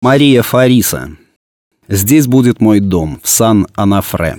Мария Фариса. Здесь будет мой дом, в Сан-Онофре.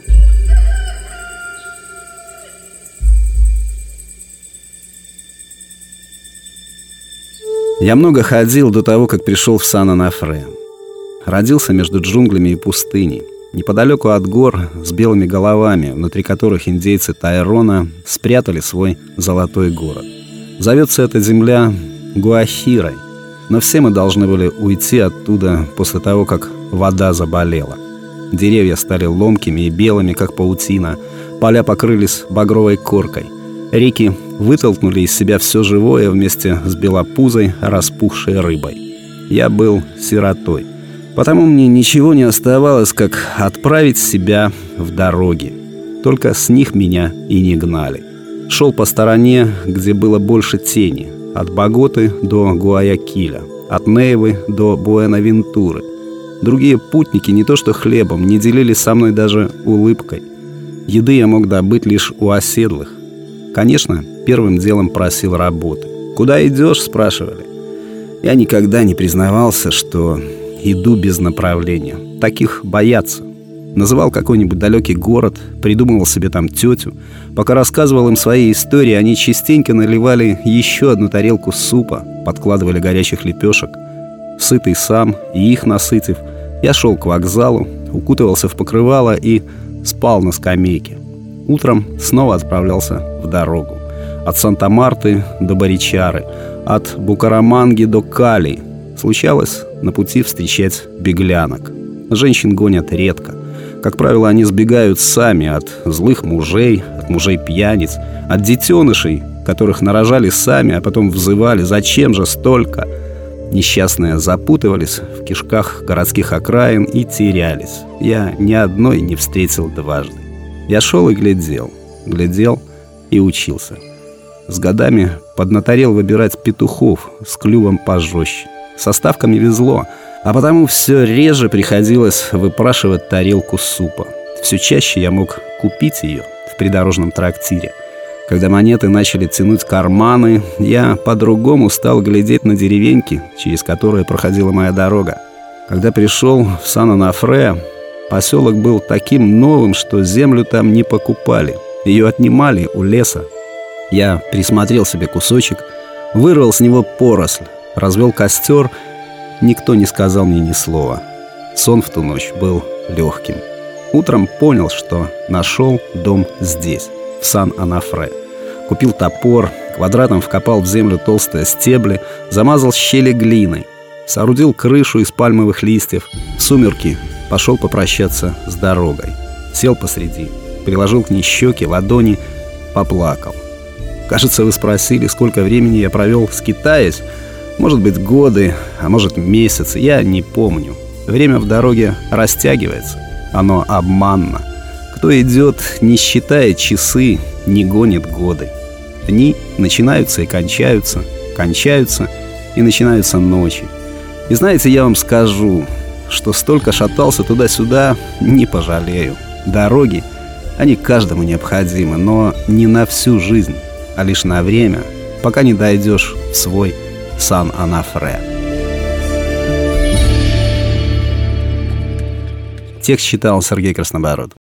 Я много ходил до того, как пришел в Сан-Онофре. Родился между джунглями и пустыней, неподалеку от гор с белыми головами, внутри которых индейцы Тайрона спрятали свой золотой город. Зовется эта земля Гуахирой, но все мы должны были уйти оттуда после того, как вода заболела. Деревья стали ломкими и белыми, как паутина, поля покрылись багровой коркой. Реки вытолкнули из себя все живое вместе с белопузой, распухшей рыбой. Я был сиротой, потому мне ничего не оставалось, как отправить себя в дороги. Только с них меня и не гнали. Шел по стороне, где было больше тени, от Боготы до Гуаякиля, от Нейвы до Буэнавентуры. Другие путники не то что хлебом, не делились со мной даже улыбкой. Еды я мог добыть лишь у оседлых. Конечно, первым делом просил работы. «Куда идешь?» – спрашивали. Я никогда не признавался, что иду без направления. Таких боятся. Называл какой-нибудь далекий город, придумывал себе там тетю. Пока рассказывал им свои истории, они частенько наливали еще одну тарелку супа, подкладывали горячих лепешек. Сытый сам и их насытив, я шел к вокзалу, укутывался в покрывало и спал на скамейке. Утром снова отправлялся в дорогу. От Санта-Марты до Баричары, от Букараманги до Кали. Случалось на пути встречать беглянок. Женщин гонят редко. Как правило, они сбегают сами от злых мужей, от мужей-пьяниц, от детенышей, которых нарожали сами, а потом взывали: «Зачем же столько?» Несчастные запутывались в кишках городских окраин и терялись. Я ни одной не встретил дважды. Я шел и глядел и учился. С годами поднаторел выбирать петухов с клювом пожестче. Со ставками везло, а потому все реже приходилось выпрашивать тарелку супа. Все чаще я мог купить ее в придорожном трактире. Когда монеты начали тянуть карманы, я по-другому стал глядеть на деревеньки, через которые проходила моя дорога. Когда пришел в Сан-Онофре, поселок был таким новым, что землю там не покупали. Ее отнимали у леса. Я присмотрел себе кусочек, вырвал с него поросль, развел костер. Никто не сказал мне ни слова. Сон в ту ночь был легким. Утром понял, что нашел дом здесь, в Сан-Онофре. Купил топор, квадратом вкопал в землю толстые стебли, замазал щели глиной, соорудил крышу из пальмовых листьев. В сумерки пошел попрощаться с дорогой. Сел посреди, приложил к ней щеки, ладони, поплакал. Кажется, вы спросили, сколько времени я провел, скитаясь. Может быть, годы, а может, месяцы, я не помню. Время в дороге растягивается, оно обманно. Кто идет, не считая часы, не гонит годы. Дни начинаются и кончаются, кончаются и начинаются ночи. И знаете, я вам скажу, что столько шатался туда-сюда, не пожалею. Дороги, они каждому необходимы, но не на всю жизнь, а лишь на время, пока не дойдешь в свой Сан-Онофре. Текст читал Сергей Краснобород.